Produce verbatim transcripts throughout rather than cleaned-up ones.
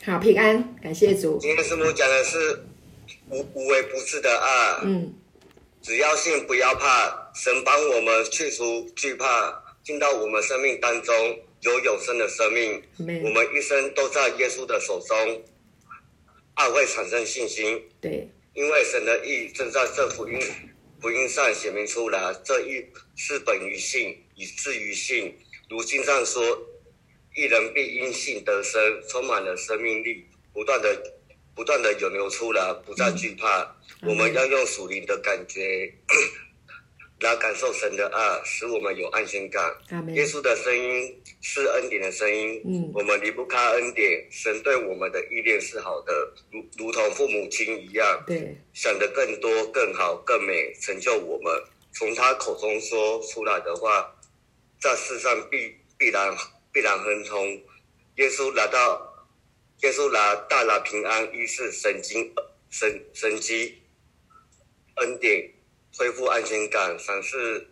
好，平安，感谢主。 今天师母讲的是无无微不至的爱， 嗯， 只要信，不要怕，神帮我们去除惧怕，进到我们生命当中有永生的生命。我们一生都在耶稣的手中，爱会产生信心。 对， 因为神的义正在这福音福音上显明出来，这义是本于信，以至于信。如经上说，义人必因信得生，充满了生命力，不断的不断的涌流出来，不再惧怕。嗯、我们要用属灵的感觉来感受神的爱，使我们有安全感。耶稣的声音是恩典的声音，嗯、我们离不开恩典。神对我们的依恋是好的，如如同父母亲一样，对，想得更多、更好、更美，成就我们。从他口中说出来的话，在世上必必然必然亨通。耶稣来到，耶稣来带来平安、医治、神经、神神迹、恩典。恢复安全感，赏赐，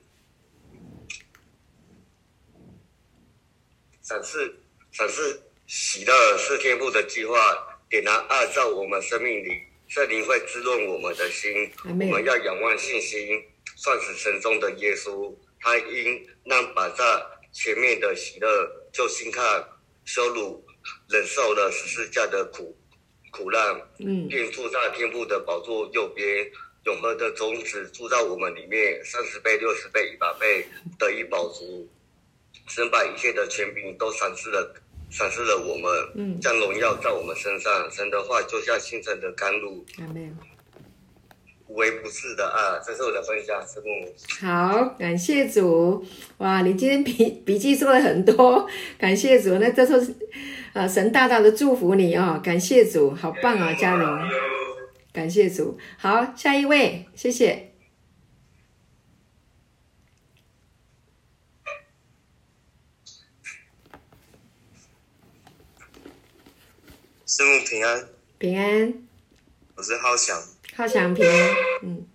赏赐，赏赐喜乐是天父的计划，点燃爱在我们生命里，圣灵会滋润我们的心。我们要仰望信心，算死神中的耶稣，他因让摆在前面的喜乐，就心看羞辱，忍受了十字架的苦苦难，嗯，便坐在天父的宝座右边。永恒的种子住在我们里面，三十倍、六十倍、一百倍得以饱足。神把一切的权柄都赏赐了，赏赐了我们，嗯，将荣耀在我们身上。神的话就像清晨的甘露，阿们。无微不至的爱，这是我的分享，师母。 好，感谢主。哇，你今天笔笔记做了很多，感谢主。那这都是呃神大大的祝福你哦，感谢主，好棒啊，嘉荣。感谢主，好，下一位，谢谢。 师母平安， 平安， 我是浩翔， 浩翔平安，嗯。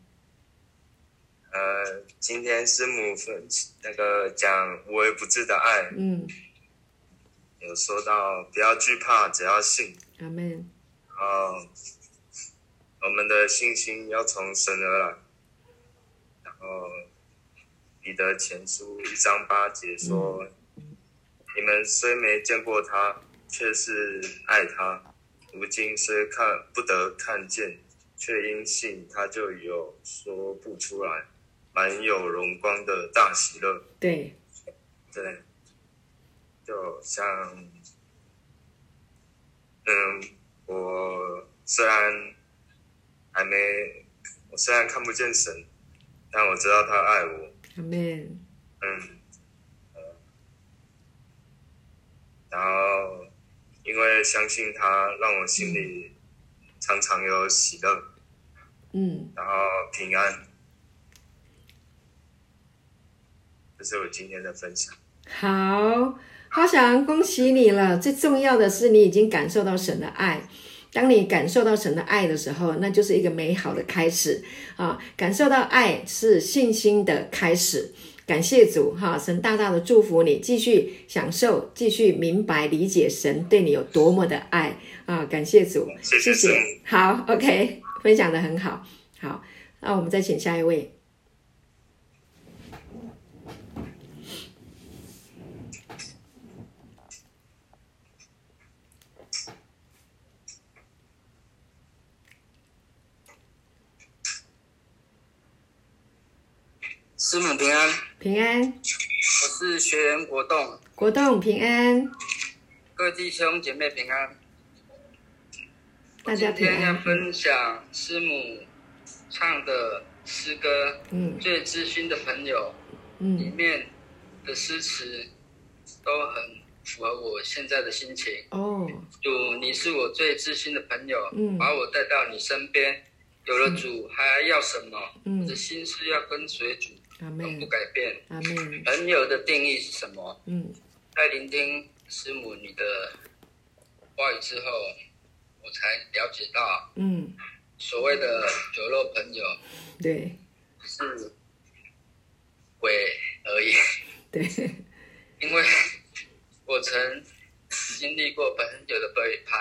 呃，今天师母分那个讲无微不至的爱，嗯，有说到不要惧怕，只要信， 阿们。 然后我们的信心要从神而来，然后彼得前书一章八节说、嗯、你们虽没见过他，却是爱他，如今虽看不得看见，却因信他就有说不出来满有荣光的大喜乐。 对对，就像嗯我虽然还没，我虽然看不见神，但我知道他爱我。 阿们。 嗯，呃，然后因为相信他，让我心里常常有喜乐。嗯。然后平安，这是我今天的分享。 好，好想恭喜你了。最重要的是，你已经感受到神的爱。当你感受到神的爱的时候，那就是一个美好的开始啊！感受到爱是信心的开始。感谢主哈，神大大的祝福你，继续享受，继续明白理解神对你有多么的爱啊！感谢主， 谢谢。 谢谢好 ，OK， 分享得很好。好，那我们再请下一位。 师母平安， 平安。 我是学员国栋， 国栋平安。 各位弟兄姐妹平安。 大家平安。 今天要分享师母唱的诗歌，嗯，最知心的朋友，嗯，里面的诗词都很符合我现在的心情。哦，主，你是我最知心的朋友，嗯，把我带到你身边。有了主，还要什么？嗯，我的心是要跟随主。永不改变。阿们。朋友的定义是什么？嗯，在聆听师母你的话语之后，我才了解到，嗯，所谓的酒肉朋友， 对， 是鬼而已。 对， 因为我曾经历过朋友的背叛，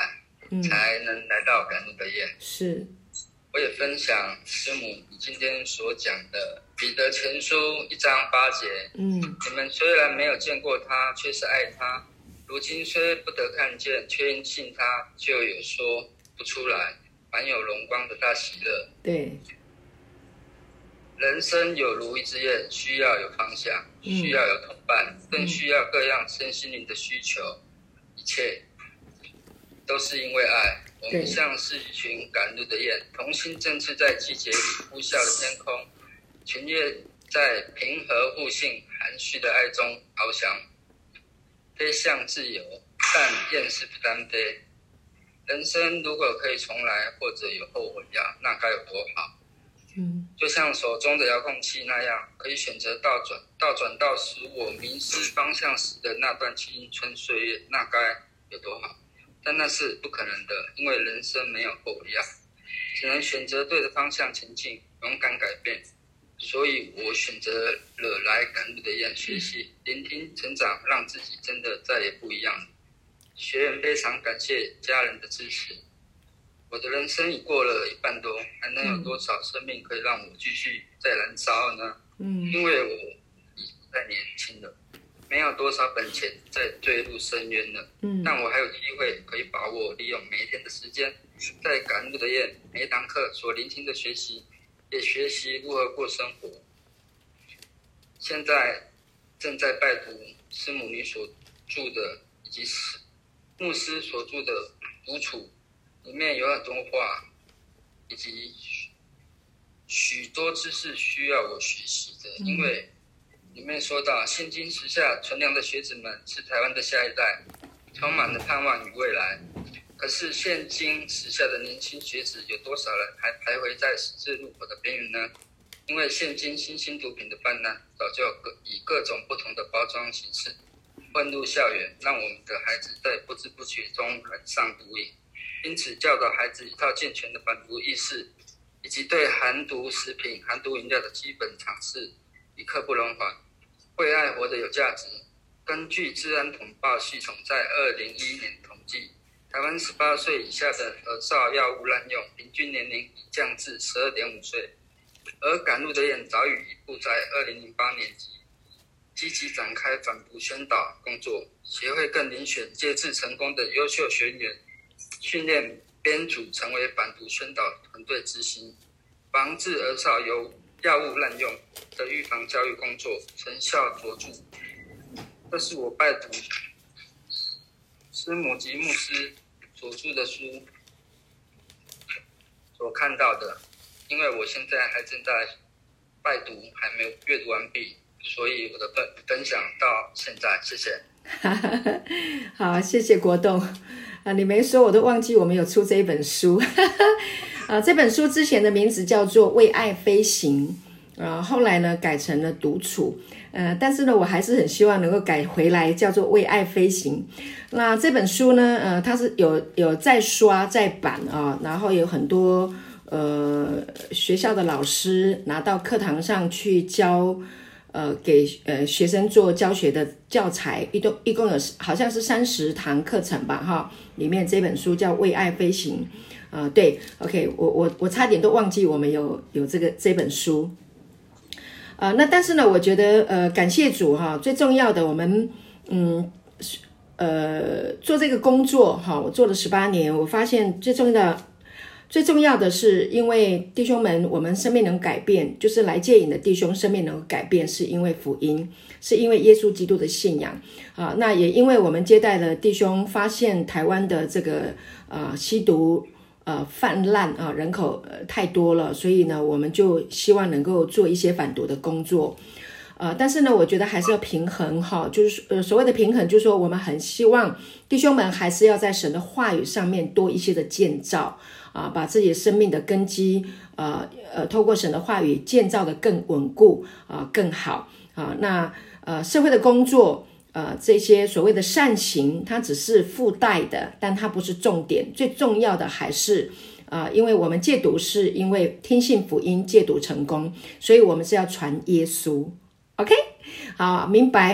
嗯、 才能来到赶路的宴。 是， 我也分享师母你今天所讲的彼得前书一章八节， 嗯， 你们虽然没有见过他，却是爱他；如今虽不得看见，却因信他，就有说不出来，满有荣光的大喜乐。 对。 人生有如一支箭，需要有方向，需要有同伴，嗯、更需要各样身心灵的需求，一切都是因为爱。我们像是一群赶路的雁，同心振翅在季节里呼啸的天空，群雁在平和互信含蓄的爱中翱翔，飞向自由，但雁是不单飞。人生如果可以重来，或者有后悔药，那该有多好。 嗯， 就像手中的遥控器那样，可以选择倒转，倒转到使我迷失方向时的那段青春岁月，那该有多好。但那是不可能的，因为人生没有后悔药，只能选择对的方向前进，勇敢改变。所以我选择了来赶路的雁学习、聆听、成长，让自己真的再也不一样了。学员非常感谢家人的支持。我的人生已过了一半多，还能有多少生命可以让我继续再燃烧呢？嗯，因为我已不再年轻了，没有多少本钱再坠入深渊了。嗯，但我还有机会可以把握利用每一天的时间，在赶路的雁每一堂课所聆听的学习，也学习如何过生活。现在正在拜读师母你所著的以及牧师所著的独处。里面有很多话，以及许多知识需要我学习的。因为里面说到，现今时下纯良的学子们是台湾的下一代，充满了盼望与未来。可是现今时下的年轻学子有多少人还徘徊在十字路口的边缘呢？因为现今新兴毒品的泛滥，早就以各种不同的包装形式混入校园，让我们的孩子在不知不觉中染上毒瘾。因此教导孩子一套健全的反毒意识，以及对含毒食品、含毒饮料的基本常识，已刻不容缓。为爱活得有价值。根据治安统报系统在二零一一年统计，台湾十八岁以下的儿少药物滥用平均年龄已降至十二点五岁，而赶路的雁早已一步在二零零八年积极展开反毒宣导工作。协会更遴选戒治成功的优秀学员，训练编组成为反毒宣导团队执行防治儿少有药物滥用的预防教育工作，成效卓著。这是我拜读师母及牧师所著的书所看到的，因为我现在还正在拜读，还没有阅读完毕，所以我的分分享到现在，谢谢。 好，谢谢国栋啊，你没说我都忘记我们有出这一本书啊，这本书之前的名字叫做《为爱飞行》，啊，后来呢改成了《独处》，呃，但是呢我还是很希望能够改回来叫做《为爱飞行》。那这本书呢，呃，它是有有在刷在版啊，然后有很多呃学校的老师拿到课堂上去教。呃，给呃学生做教学的教材，一共一共有好像是三十堂课程吧，哈，里面这本书叫《为爱飞行》，呃，对 ，OK， 我我我差点都忘记我们有有这个这本书，呃，那但是呢，我觉得呃，感谢主哈，最重要的我们嗯呃做这个工作哈，我做了十八年，我发现最重要的。最重要的是，因为弟兄们，我们生命能改变，就是来戒瘾的弟兄生命能改变，是因为福音，是因为耶稣基督的信仰啊。那也因为我们接待了弟兄，发现台湾的这个呃吸毒呃泛滥啊，人口、呃、太多了，所以呢，我们就希望能够做一些反毒的工作。呃，但是呢，我觉得还是要平衡哈，就是呃所谓的平衡，就是说我们很希望弟兄们还是要在神的话语上面多一些的建造。啊，把自己生命的根基，呃呃，透过神的话语建造的更稳固啊、呃，更好啊。那呃，社会的工作，呃，这些所谓的善行，它只是附带的，但它不是重点。最重要的还是啊、呃，因为我们戒毒是因为听信福音戒毒成功，所以我们是要传耶稣。OK， 好，明白。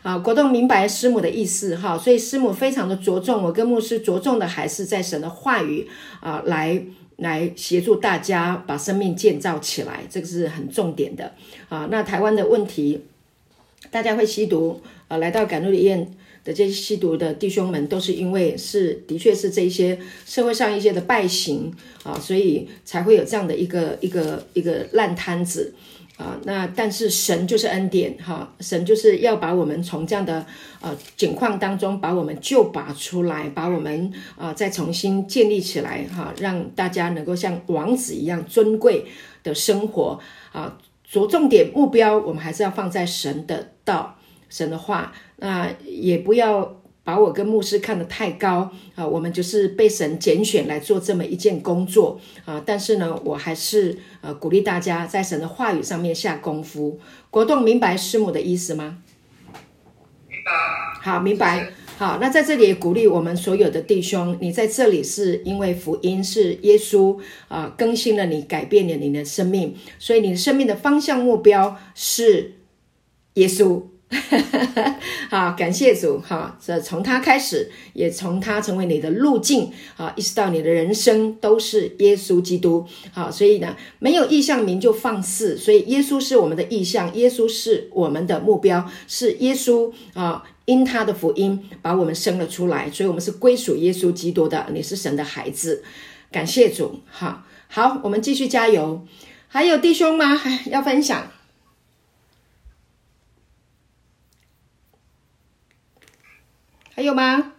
啊，国栋明白师母的意思哈，所以师母非常的着重，我跟牧师着重的还是在神的话语啊，来来协助大家把生命建造起来，这个是很重点的啊。那台湾的问题，大家会吸毒啊，来到感路医院的这些吸毒的弟兄们，都是因为是的确是这些社会上一些的败行啊，所以才会有这样的一个一个一个烂摊子。啊，那但是神就是恩典哈，神就是要把我们从这样的呃境况当中把我们救拔出来，把我们啊、呃、再重新建立起来哈，让大家能够像王子一样尊贵的生活啊。着重点目标，我们还是要放在神的道、神的话，那也不要把我跟牧师看得太高啊，我们就是被神拣选来做这么一件工作啊。但是呢，我还是呃鼓励大家在神的话语上面下功夫。国栋明白师母的意思吗？ 明白。 好，明白。好，那在这里也鼓励我们所有的弟兄，你在这里是因为福音是耶稣啊、呃、更新了你，改变了你的生命，所以你的生命的方向目标是耶稣。好，感谢主哈！这从他开始，也从他成为你的路径啊，一直到你的人生都是耶稣基督。好，所以呢，没有意象名就放肆，所以耶稣是我们的意象，耶稣是我们的目标，是耶稣啊，因他的福音把我们生了出来，所以我们是归属耶稣基督的，你是神的孩子。感谢主哈！好，我们继续加油。还有弟兄吗？要分享？还有吗？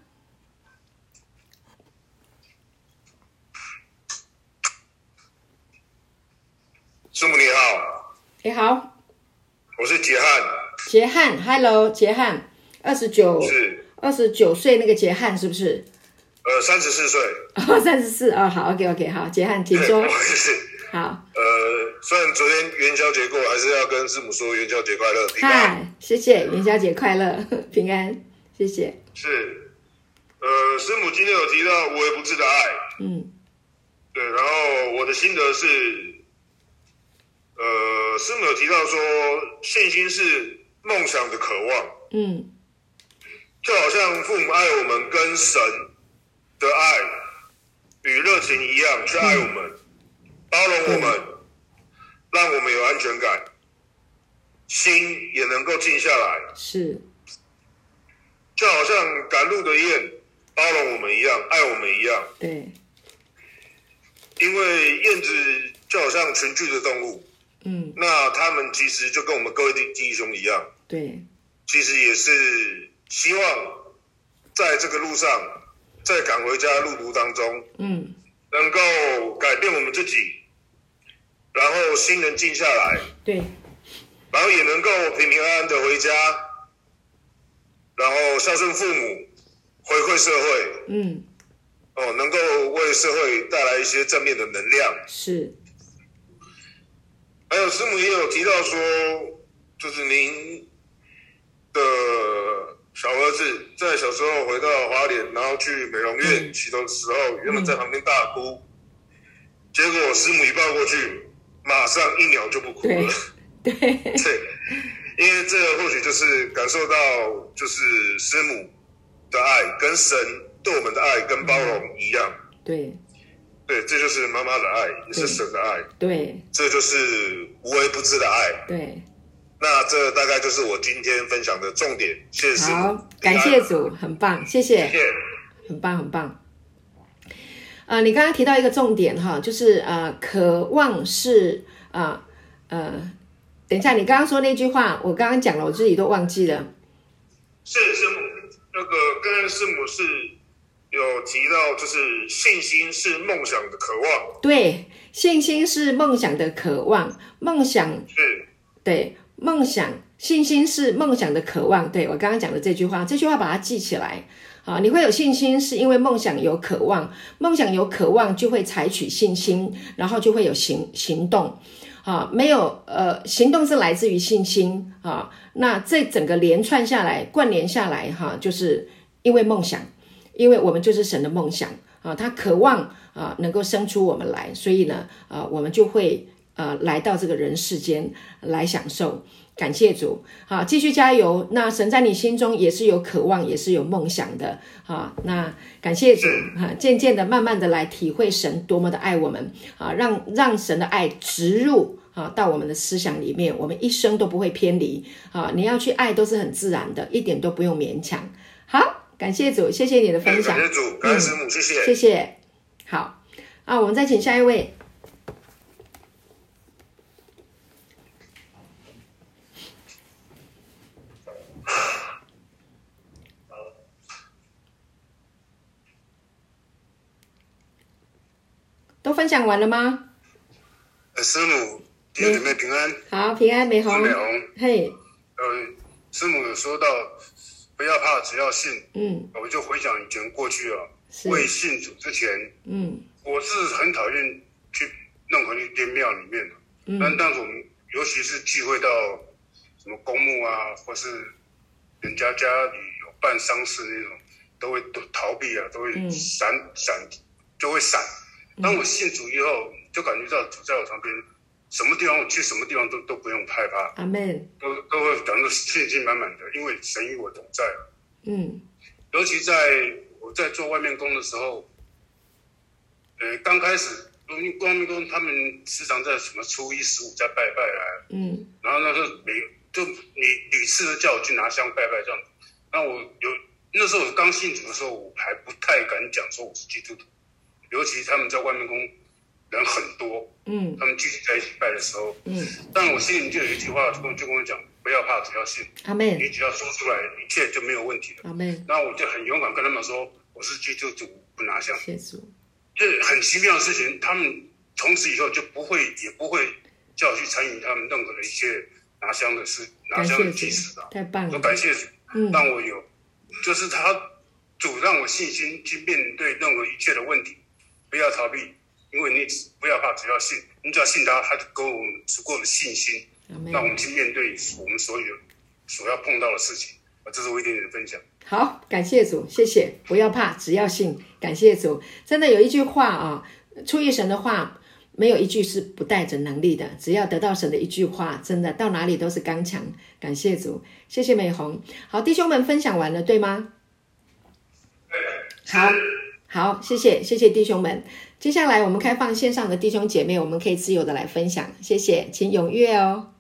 师母你好。 你好， 我是杰汉。 杰汉 ，Hello， 杰汉，二十九， 是二十九岁那个杰汉是不是？ 呃，三十四岁。 哦，三十四哦，好 ，OK OK， 好，杰汉，请说。好。 呃，虽然昨天元宵节过，还是要跟师母说元宵节快乐，平安。 嗨，谢谢，元宵节快乐，平安，谢谢。 是。呃，师母今天有提到无微不至的爱， 嗯， 对，然后我的心得是，呃，师母有提到说，信心是梦想的渴望， 嗯， 就好像父母爱我们跟神的爱与热情一样去爱我们，嗯、包容我们，让我们有安全感，心也能够静下来， 是， 就好像赶路的雁。包容我们一样，爱我们一样。 对， 因为燕子就好像群居的动物，嗯，那他们其实就跟我们各位弟兄一样， 对， 其实也是希望在这个路上，在赶回家的路途当中，嗯，能够改变我们自己，然后心能静下来， 对， 然后也能够平平安安的回家，然后孝顺父母。回馈社会，嗯，哦，能够为社会带来一些正面的能量。是。还有师母也有提到说，就是您的小儿子在小时候回到花莲，然后去美容院洗头的时候，原本在旁边大哭，嗯、结果师母一抱过去，马上一秒就不哭了。对，对，对，因为这个或许就是感受到，就是师母的爱跟神对我们的爱跟包容一样，对，对，这就是妈妈的爱，也是神的爱，对，这就是无微不至的爱，对。那这大概就是我今天分享的重点，谢谢师母。好， 感谢主，很棒，谢谢， 谢谢， 很棒，很棒。呃，你刚刚提到一个重点哈，就是呃，渴望是啊 呃, 呃，等一下，你刚刚说那句话，我刚刚讲了，我自己都忘记了。 是师母。那个刚才师母是有提到，就是信心是梦想的渴望。 对，信心是梦想的渴望，梦想是， 对，梦想，信心是梦想的渴望。对，我刚刚讲的这句话，这句话把它记起来。啊，你会有信心，是因为梦想有渴望，梦想有渴望就会采取信心，然后就会有行行动。啊，没有呃，行动是来自于信心啊。那这整个连串下来，贯连下来哈、啊，就是因为梦想，因为我们就是神的梦想啊，他渴望啊能够生出我们来，所以呢，啊，我们就会呃来到这个人世间来享受。感谢主，好，继续加油。那神在你心中也是有渴望，也是有梦想的，好，那感谢主，哈，渐渐的、慢慢的来体会神多么的爱我们，啊，让让神的爱植入啊到我们的思想里面，我们一生都不会偏离，啊，你要去爱都是很自然的，一点都不用勉强。好，感谢主，谢谢你的分享， 感谢主，感谢师母，谢谢， 谢谢。好，啊，我们再请下一位。都分享完了吗？ 呃，师母，弟兄姐妹平安。 好，平安，美红。 美红， 嘿， 呃，师母有说到，不要怕，只要信。 嗯， 我就回想以前过去啊，未信主之前， 嗯， 我是很讨厌去任何一间庙里面的。嗯，但但是我们尤其是聚会到什么公墓啊，或是人家家里有办丧事那种，都会都逃避啊，都会闪、嗯、闪，就会闪。当我信主以后，就感觉到主在我旁边，什么地方我去，什么地方都都不用害怕。 阿们， 都都会感到信心满满的，因为神与我同在。 嗯， 尤其在我在做外面工的时候，呃，刚开始因为外面工他们时常在什么初一十五在拜拜啊，嗯，然后那时候每就你屡次的叫我去拿香拜拜这样子，那我有那时候我刚信主的时候，我还不太敢讲说我是基督徒。尤其他们在外面工人很多，嗯，他们聚集在一起拜的时候，嗯，但我心里就有一句话，就跟就跟我讲，不要怕，只要信。阿们，你只要说出来，一切就没有问题了。阿们，然后我就很勇敢跟他们说，我是基督徒，不拿香。谢主，这很奇妙的事情，他们从此以后就不会，也不会叫我去参与他们任何的一切拿香的事，拿香的祭祀的。太棒了，都感谢主，嗯，让我有，就是他主让我信心去面对任何一切的问题。不要逃避，因为你不要怕，只要信，你只要信他，他就给我们足够的信心，让我们去面对我们所有所要碰到的事情。这是我一点点的分享。好，感谢主，谢谢。不要怕，只要信。感谢主。真的有一句话啊，出于神的话，没有一句是不带着能力的。只要得到神的一句话，真的到哪里都是刚强。感谢主，谢谢美红。好，弟兄们分享完了，对吗？好。好，谢谢，谢谢弟兄们。接下来我们开放线上的弟兄姐妹，我们可以自由的来分享，谢谢，请踊跃哦。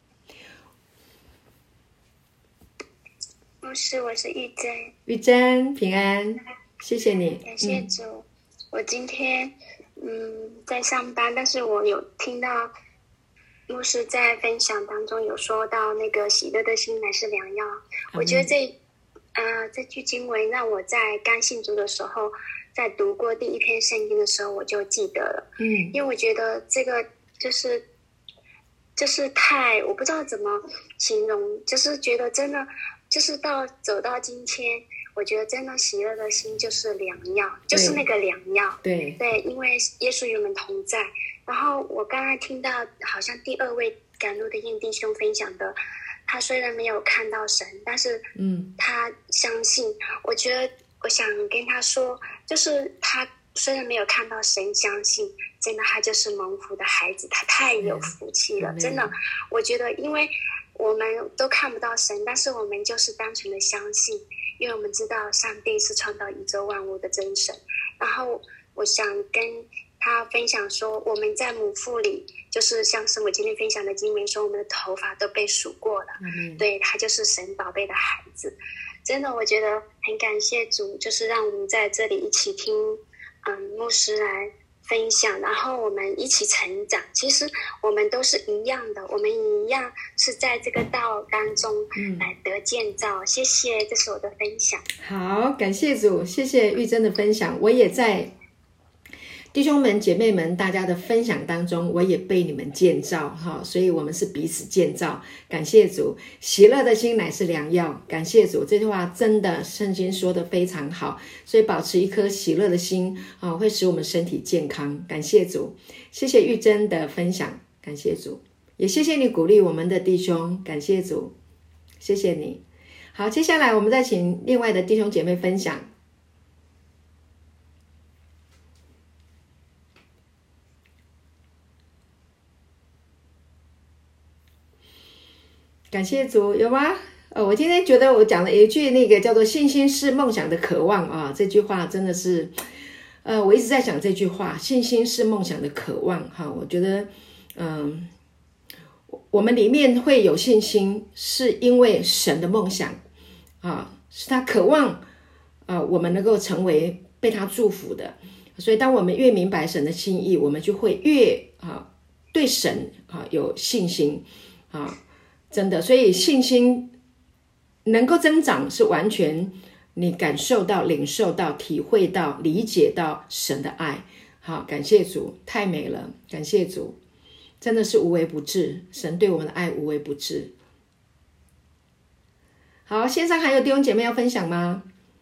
牧师，我是玉珍。 玉珍，平安，谢谢你。 感谢主，嗯、我今天嗯在上班，但是我有听到牧师在分享当中有说到那个喜乐的心乃是良药，我觉得这呃这句经文让我在刚信主的时候。在读过第一篇圣经的时候，我就记得了。嗯，因为我觉得这个就是就是太我不知道怎么形容，就是觉得真的就是到走到今天，我觉得真的喜乐的心就是良药，就是那个良药。对对，因为耶稣与我们同在。然后我刚刚听到好像第二位赶路的燕弟兄分享的，他虽然没有看到神，但是嗯，他相信。我觉得。我想跟他说，就是他虽然没有看到神，相信真的他就是蒙福的孩子，他太有福气了。真的，我觉得因为我们都看不到神，但是我们就是单纯的相信，因为我们知道上帝是创造宇宙万物的真神。然后我想跟他分享说，我们在母腹里，就是像是我今天分享的经文说，我们的头发都被数过了，嗯、对，他就是神宝贝的孩子。真的，我觉得很感谢主，就是让我们在这里一起听，嗯，牧师来分享，然后我们一起成长。其实我们都是一样的，我们一样是在这个道当中来得建造。嗯、谢谢，这是我的分享。 好，感谢主，谢谢玉珍的分享，我也在。弟兄们姐妹们，大家的分享当中，我也被你们建造哈，所以我们是彼此建造。感谢主，喜乐的心乃是良药。感谢主，这句话真的圣经说的非常好，所以保持一颗喜乐的心啊，会使我们身体健康。感谢主，谢谢玉珍的分享，感谢主，也谢谢你鼓励我们的弟兄，感谢主，谢谢你。好，接下来我们再请另外的弟兄姐妹分享。 感谢主，有吗？呃，我今天觉得我讲了一句那个叫做"信心是梦想的渴望"啊，这句话真的是，呃，我一直在想这句话，信心是梦想的渴望哈。我觉得，嗯、呃，我们里面会有信心，是因为神的梦想啊，是他渴望，呃，我们能够成为被他祝福的。所以，当我们越明白神的心意，我们就会越啊对神啊有信心啊，真的。所以信心能够增长，是完全你感受到、领受到、体会到、理解到神的爱。好，感谢主，太美了，感谢主，真的是无微不至，神对我们的爱无微不至。好，线上还有弟兄姐妹要分享吗？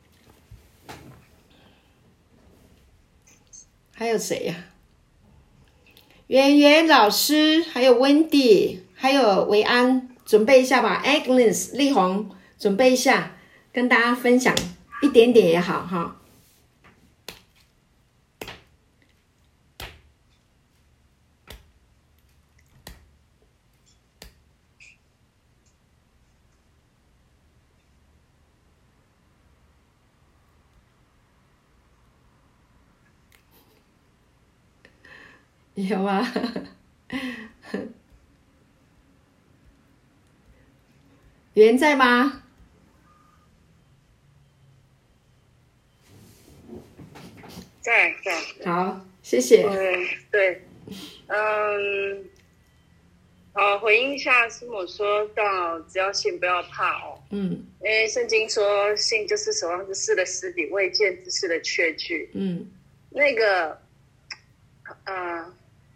还有谁呀、啊？圆圆老师，还有 Wendy， 还有维安，准备一下吧。Agnes、丽红，准备一下，跟大家分享一点点也好哈。有啊，圆在吗？ 在在。 好，谢谢。 对对，嗯，好，回应一下师母说到，只要信不要怕哦。嗯，因为圣经说信就是守望之事的实底，未见之事的确据。嗯，那个，呃。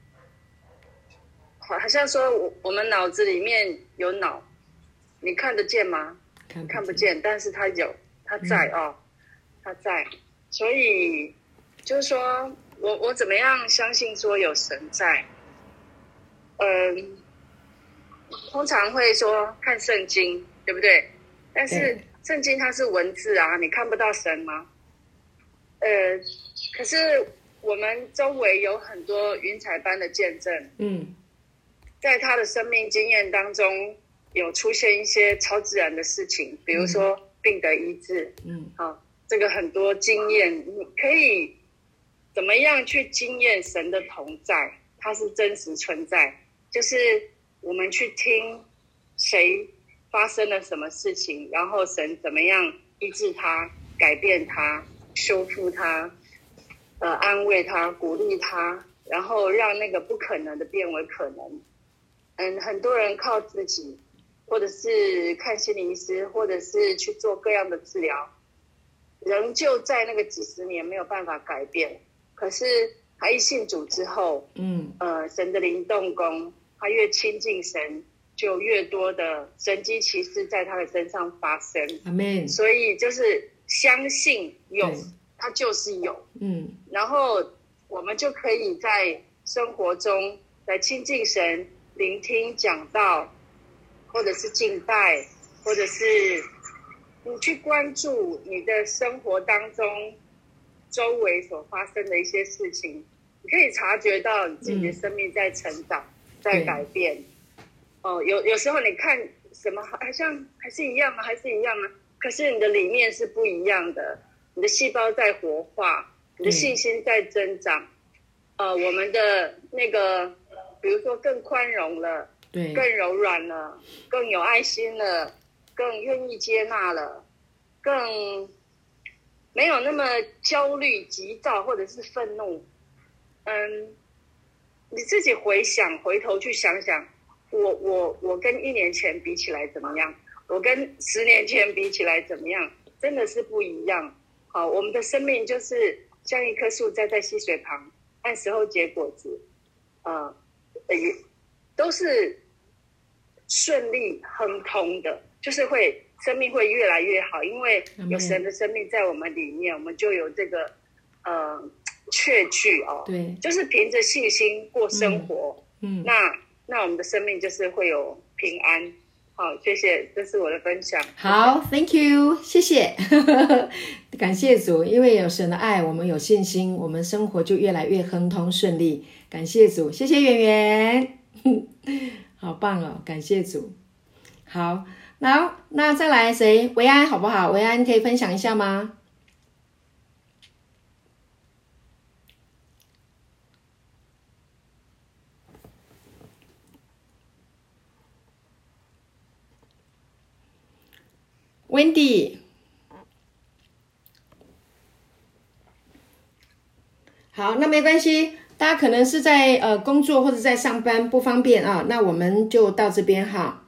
好像说我我们脑子里面有脑，你看得见吗？看不 见, 看不见，但是它有，它在哦，它在。所以就是说我我怎么样相信说有神在？嗯，通常会说看圣经，对不对？但是圣经它是文字啊，你看不到神吗？呃，可是我们周围有很多云彩般的见证，嗯。在他的生命经验当中，有出现一些超自然的事情，比如说病得医治，嗯，好、哦，这个很多经验，你可以怎么样去经验神的同在？它是真实存在，就是我们去听谁发生了什么事情，然后神怎么样医治他、改变他、修复他、呃安慰他、鼓励他，然后让那个不可能的变为可能。嗯，很多人靠自己，或者是看心理医师，或者是去做各样的治疗，仍旧在那个几十年没有办法改变。可是他一信主之后，嗯，呃，神的灵动工，他越亲近神，就越多的神迹奇事在他的身上发生。Amen。所以就是相信有，他就是有，嗯，然后我们就可以在生活中来亲近神。聆听讲道，或者是敬拜，或者是你去关注你的生活当中周围所发生的一些事情，你可以察觉到你自己的生命在成长、嗯、在改变。哦，有有时候你看什么好像还是一样啊，还是一样啊，可是你的理念是不一样的，你的细胞在活化，你的信心在增长。呃，我们的那个。比如说更宽容了，对，更柔软了，更有爱心了，更愿意接纳了，更没有那么焦虑、急躁或者是愤怒。嗯，你自己回想，回头去想想，我我我跟一年前比起来怎么样？我跟十年前比起来怎么样？真的是不一样。好，我们的生命就是像一棵树栽在溪水旁，按时候结果子，呃。都是顺利亨通的，就是会生命会越来越好，因为有神的生命在我们里面，我们就有这个呃确据哦，对，就是凭着信心过生活，嗯，嗯那那我们的生命就是会有平安。好，谢谢，这是我的分享。 好 ，Thank you， 谢谢，感谢主，因为有神的爱，我们有信心，我们生活就越来越亨通顺利。感谢主，谢谢圆圆，好棒哦，感谢主。 好，那那再来谁？维安好不好？维安可以分享一下吗？Wendy， 好，那没关系，大家可能是在呃工作或者在上班不方便啊，那我们就到这边哈。